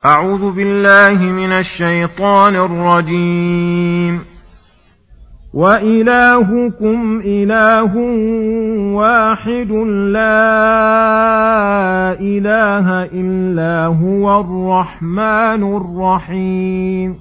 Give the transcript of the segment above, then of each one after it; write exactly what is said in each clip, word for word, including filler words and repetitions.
أعوذ بالله من الشيطان الرجيم. وإلهكم إله واحد لا إله إلا هو الرحمن الرحيم.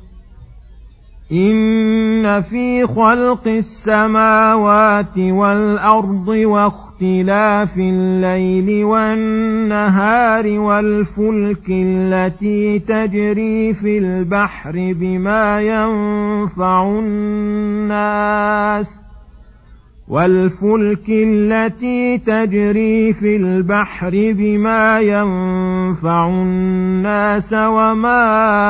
إن في خلق السماوات والأرض واختلاف الليل والنهار والفلك التي تجري في البحر بما ينفع الناس والفلك التي تجري في البحر بما ينفع الناس وما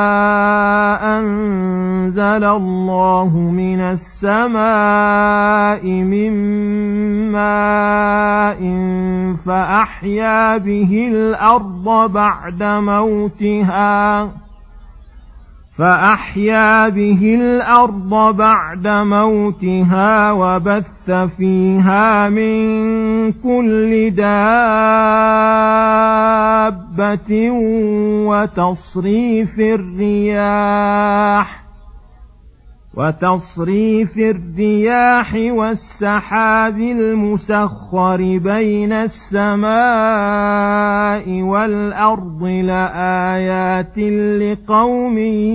أنزل الله من السماء من ماء فأحيا به الأرض بعد موتها فأحيا به الأرض بعد موتها وبث فيها من كل دابة وتصريف الرياح وتصريف الرياح والسحاب المسخر بين السماء والأرض لآيات لقوم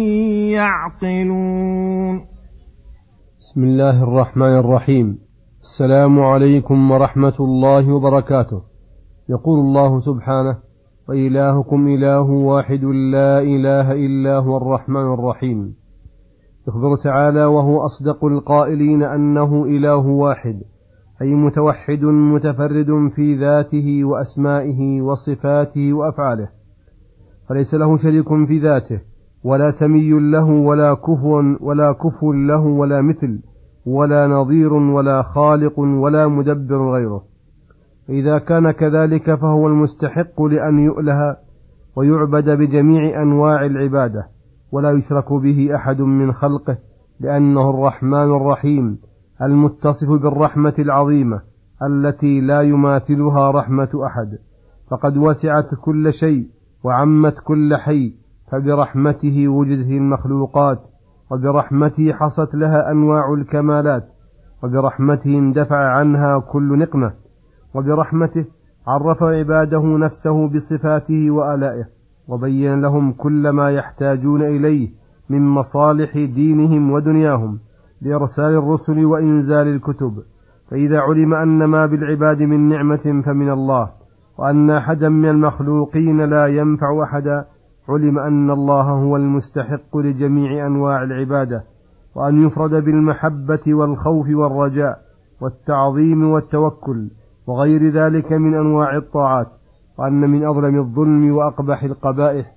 يعقلون. بسم الله الرحمن الرحيم. السلام عليكم ورحمة الله وبركاته. يقول الله سبحانه: وإلهكم إله واحد لا إله إلا هو الرحمن الرحيم. يخبر تعالى وهو أصدق القائلين أنه إله واحد، أي متوحد متفرد في ذاته وأسمائه وصفاته وأفعاله، فليس له شريك في ذاته ولا سمي له ولا كفو ولا كفو له ولا مثل ولا نظير ولا خالق ولا مدبر غيره. إذا كان كذلك فهو المستحق لأن يؤله ويعبد بجميع أنواع العبادة ولا يشرك به أحد من خلقه، لأنه الرحمن الرحيم المتصف بالرحمة العظيمة التي لا يماثلها رحمة أحد، فقد وسعت كل شيء وعمت كل حي، فبرحمته وجدت المخلوقات، وبرحمته حصت لها أنواع الكمالات، وبرحمته اندفع عنها كل نقمة، وبرحمته عرف عباده نفسه بصفاته وآلائه، وبين لهم كل ما يحتاجون إليه من مصالح دينهم ودنياهم لإرسال الرسل وإنزال الكتب. فإذا علم أن ما بالعباد من نعمة فمن الله، وأن أحدا من المخلوقين لا ينفع أحدا، علم أن الله هو المستحق لجميع أنواع العبادة، وأن يفرد بالمحبة والخوف والرجاء والتعظيم والتوكل وغير ذلك من أنواع الطاعات، وأن من أظلم الظلم وأقبح القبائح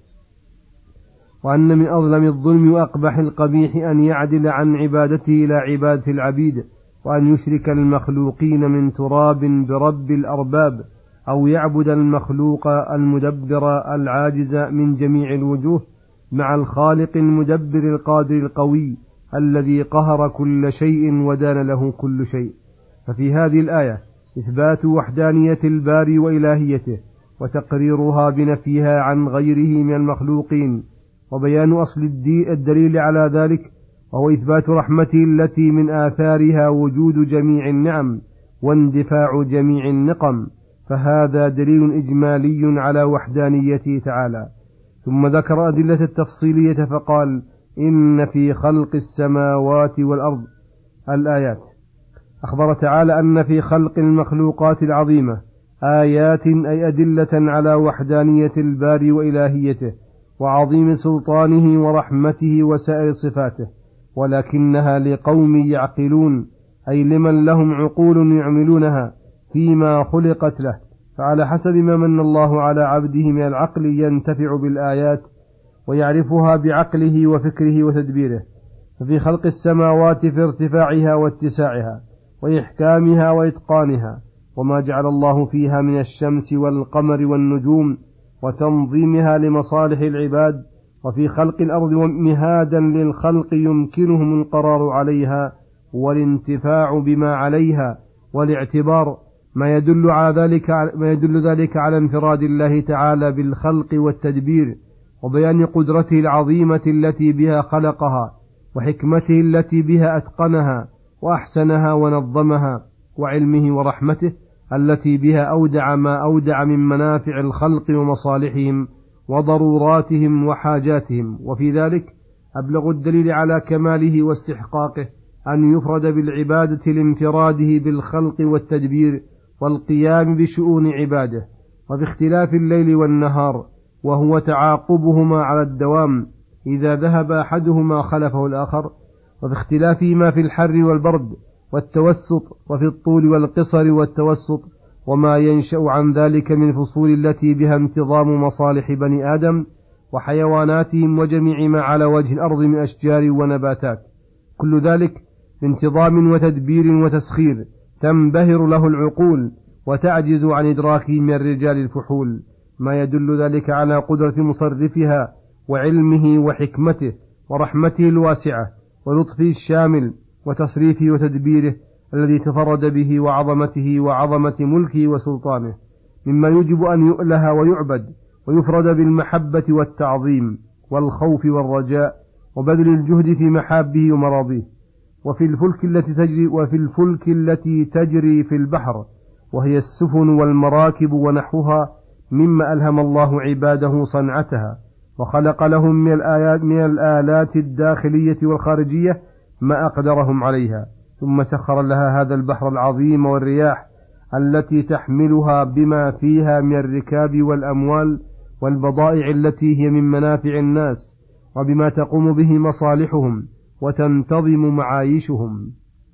وأن من أظلم الظلم وأقبح القبيح أن يعدل عن عبادته إلى عبادة العبيد، وأن يشرك المخلوقين من تراب برب الأرباب، أو يعبد المخلوق المدبر العاجز من جميع الوجوه مع الخالق المدبر القادر القوي الذي قهر كل شيء ودان له كل شيء. ففي هذه الآية إثبات وحدانية الباري وإلهيته، وتقريرها بنفيها عن غيره من المخلوقين، وبيان أصل الدليل على ذلك، وهو إثبات رحمته التي من آثارها وجود جميع النعم واندفاع جميع النقم، فهذا دليل إجمالي على وحدانيته تعالى. ثم ذكر أدلة التفصيلية فقال: إن في خلق السماوات والأرض. الآيات. أخبر تعالى أن في خلق المخلوقات العظيمة آيات، أي أدلة على وحدانية الباري وإلهيته وعظيم سلطانه ورحمته وسائر صفاته، ولكنها لقوم يعقلون، أي لمن لهم عقول يعملونها فيما خلقت له، فعلى حسب ما من الله على عبده من العقل ينتفع بالآيات ويعرفها بعقله وفكره وتدبيره. ففي خلق السماوات في ارتفاعها واتساعها وإحكامها وإتقانها، وما جعل الله فيها من الشمس والقمر والنجوم وتنظيمها لمصالح العباد، وفي خلق الأرض مهادا للخلق يمكنهم القرار عليها والانتفاع بما عليها والاعتبار، ما يدل على ذلك ما يدل ذلك على انفراد الله تعالى بالخلق والتدبير وبيان قدرته العظيمة التي بها خلقها، وحكمته التي بها أتقنها وأحسنها ونظمها، وعلمه ورحمته التي بها أودع ما أودع من منافع الخلق ومصالحهم وضروراتهم وحاجاتهم. وفي ذلك أبلغ الدليل على كماله واستحقاقه أن يفرد بالعبادة لانفراده بالخلق والتدبير والقيام بشؤون عباده، وفي اختلاف الليل والنهار، وهو تعاقبهما على الدوام، إذا ذهب أحدهما خلفه الآخر، وفي اختلافهما في الحر والبرد والتوسط، وفي الطول والقصر والتوسط، وما ينشأ عن ذلك من فصول التي بها انتظام مصالح بني آدم وحيواناتهم وجميع ما على وجه الأرض من أشجار ونباتات، كل ذلك بانتظام وتدبير وتسخير تنبهر له العقول وتعجز عن إدراكه من الرجال الفحول، ما يدل ذلك على قدرة مصرفها وعلمه وحكمته ورحمته الواسعة ولطفه الشامل وتصريفه وتدبيره الذي تفرد به وعظمته وعظمة ملكه وسلطانه، مما يجب أن يؤله ويعبد ويفرد بالمحبة والتعظيم والخوف والرجاء وبذل الجهد في محابه ومراضيه. وفي الفلك التي تجري وفي الفلك التي تجري في البحر، وهي السفن والمراكب ونحوها، مما ألهم الله عباده صنعتها، وخلق لهم من الآيات من الآلات الداخلية والخارجية ما أقدرهم عليها، ثم سخر لها هذا البحر العظيم والرياح التي تحملها بما فيها من الركاب والأموال والبضائع التي هي من منافع الناس، وبما تقوم به مصالحهم وتنتظم معايشهم.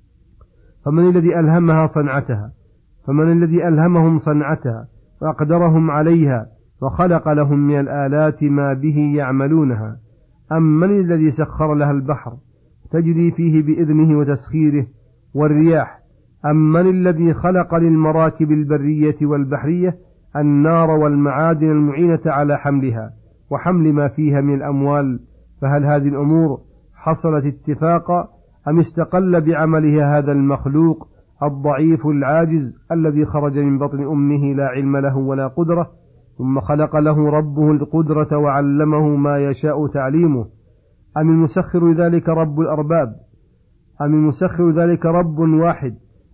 فمن الذي ألهمها صنعتها فمن الذي ألهمهم صنعتها وأقدرهم عليها وخلق لهم من الآلات ما به يعملونها؟ أم من الذي سخر لها البحر تجري فيه بإذنه وتسخيره والرياح؟ أم من الذي خلق للمراكب البرية والبحرية النار والمعادن المعينة على حملها وحمل ما فيها من الأموال؟ فهل هذه الأمور حصلت اتفاقا أم استقل بعملها هذا المخلوق الضعيف العاجز الذي خرج من بطن أمه لا علم له ولا قدرة، ثم خلق له ربه القدرة وعلمه ما يشاء تعليمه؟ أم المسخر ذلك رب الأرباب؟ أم المسخر ذلك رب واحد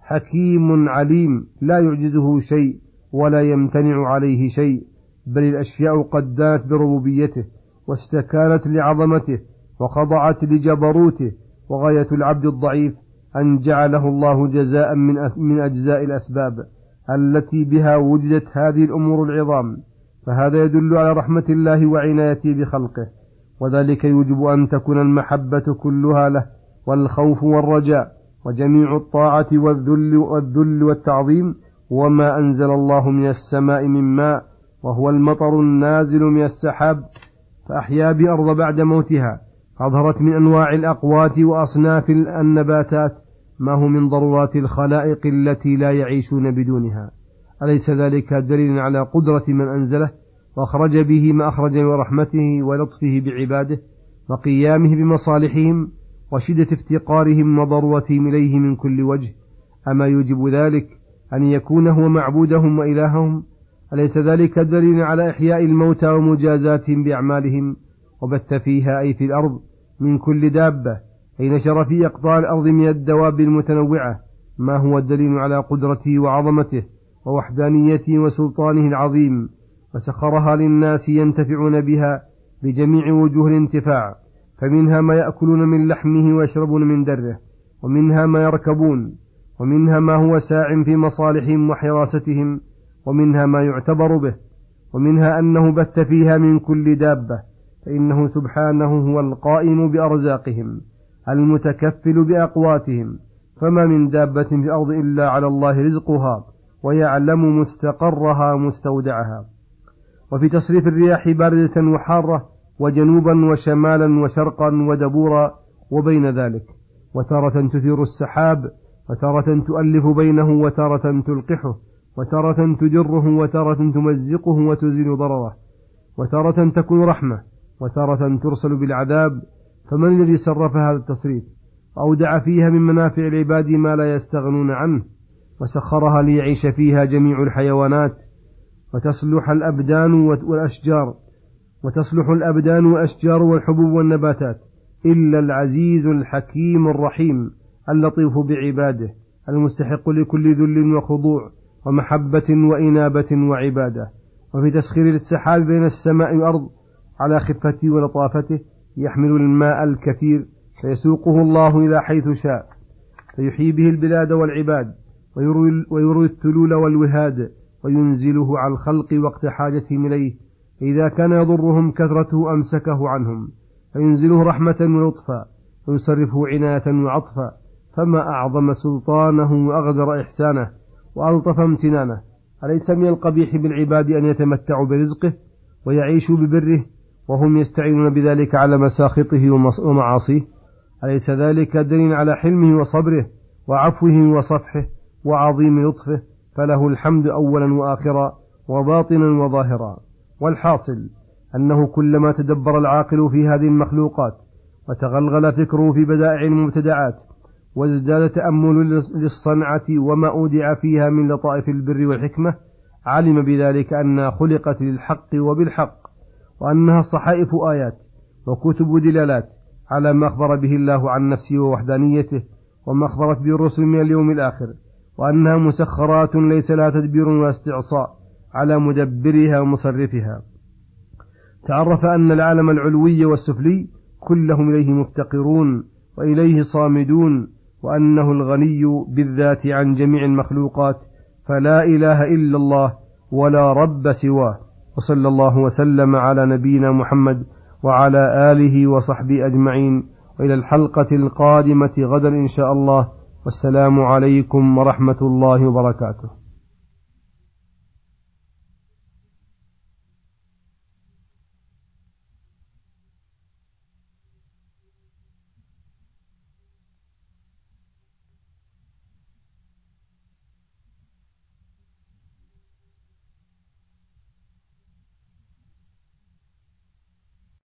حكيم عليم لا يعجزه شيء ولا يمتنع عليه شيء، بل الأشياء قد دانت بربوبيته واستكانت لعظمته وخضعت لجبروته، وغاية العبد الضعيف أن جعله الله جزاء من, من أجزاء الأسباب التي بها وجدت هذه الأمور العظام. فهذا يدل على رحمة الله وعنايته بخلقه، وذلك يوجب أن تكون المحبة كلها له، والخوف والرجاء وجميع الطاعة والذل, والذل والتعظيم، وما أنزل الله من السماء من ماء، وهو المطر النازل من السحاب فأحيا بأرض بعد موتها، أظهرت من أنواع الأقوات وأصناف النباتات ما هو من ضرورات الخلائق التي لا يعيشون بدونها. أليس ذلك دليل على قدرة من أنزله وأخرج به ما أخرج من رحمته ولطفه بعباده وقيامه بمصالحهم وشدة افتقارهم وضرورتهم إليه من كل وجه؟ أما يوجب ذلك أن يكون هو معبودهم وإلههم؟ أليس ذلك دليل على إحياء الموتى ومجازاتهم بأعمالهم؟ وبث فيها أي في الأرض من كل دابة، أي نشر في أقطار الأرض من الدواب المتنوعة ما هو الدليل على قدرته وعظمته ووحدانيته وسلطانه العظيم، وسخرها للناس ينتفعون بها بجميع وجوه الانتفاع، فمنها ما يأكلون من لحمه ويشربون من دره، ومنها ما يركبون، ومنها ما هو ساع في مصالحهم وحراستهم، ومنها ما يعتبر به، ومنها أنه بث فيها من كل دابة، فإنه سبحانه هو القائم بأرزاقهم المتكفل بأقواتهم، فما من دابة في الأرض إلا على الله رزقها ويعلم مستقرها مستودعها. وفي تصريف الرياح باردة وحارة وجنوبا وشمالا وشرقا ودبورا وبين ذلك، وتارة تثير السحاب، وتارة تؤلف بينه، وتارة تلقحه، وتارة تجره، وتارة تمزقه وتزيل ضرره، وتارة تكون رحمة، وتارة ترسل بالعذاب. فمن الذي صرف هذا التصريف وأودع فيها من منافع العباد ما لا يستغنون عنه، وسخرها ليعيش فيها جميع الحيوانات وتصلح الأبدان والأشجار وتصلح الأبدان والأشجار والحبوب والنباتات، إلا العزيز الحكيم الرحيم اللطيف بعباده المستحق لكل ذل وخضوع ومحبة وإنابة وعبادة. وفي تسخير السحاب بين السماء والأرض على خفته ولطافته يحمل الماء الكثير فيسوقه الله إلى حيث شاء، فيحيي به البلاد والعباد، ويروي التلول والوهاد، وينزله على الخلق وقت حاجتهم إليه، فإذا كان يضرهم كثرته أمسكه عنهم، فينزله رحمة ولطفا، ويصرفه عناية وعطفا. فما أعظم سلطانه وأغزر إحسانه وألطف امتنانه. أليس من القبيح بالعباد أن يتمتعوا برزقه ويعيشوا ببره وهم يستعينون بذلك على مساخطه ومعاصيه؟ أليس ذلك دليل على حلمه وصبره وعفوه وصفحه وعظيم لطفه؟ فله الحمد أولا وآخرا وباطنا وظاهرا. والحاصل أنه كلما تدبر العاقل في هذه المخلوقات وتغلغل فكره في بدائع المبتدعات وازداد تأمل للصنعة وما أودع فيها من لطائف البر والحكمة، علم بذلك أنها خلقت للحق وبالحق، وأنها صحائف آيات وكتب دلالات على ما أخبر به الله عن نفسه ووحدانيته وما أخبرت به الرسل من اليوم الآخر، وأنها مسخرات ليس لها تدبير واستعصاء على مدبرها ومصرفها. تعرف أن العالم العلوي والسفلي كلهم إليه مفتقرون وإليه صامدون، وأنه الغني بالذات عن جميع المخلوقات، فلا إله إلا الله ولا رب سواه. وصلى الله وسلم على نبينا محمد وعلى آله وصحبه أجمعين، وإلى الحلقة القادمة غدا إن شاء الله، والسلام عليكم ورحمة الله وبركاته.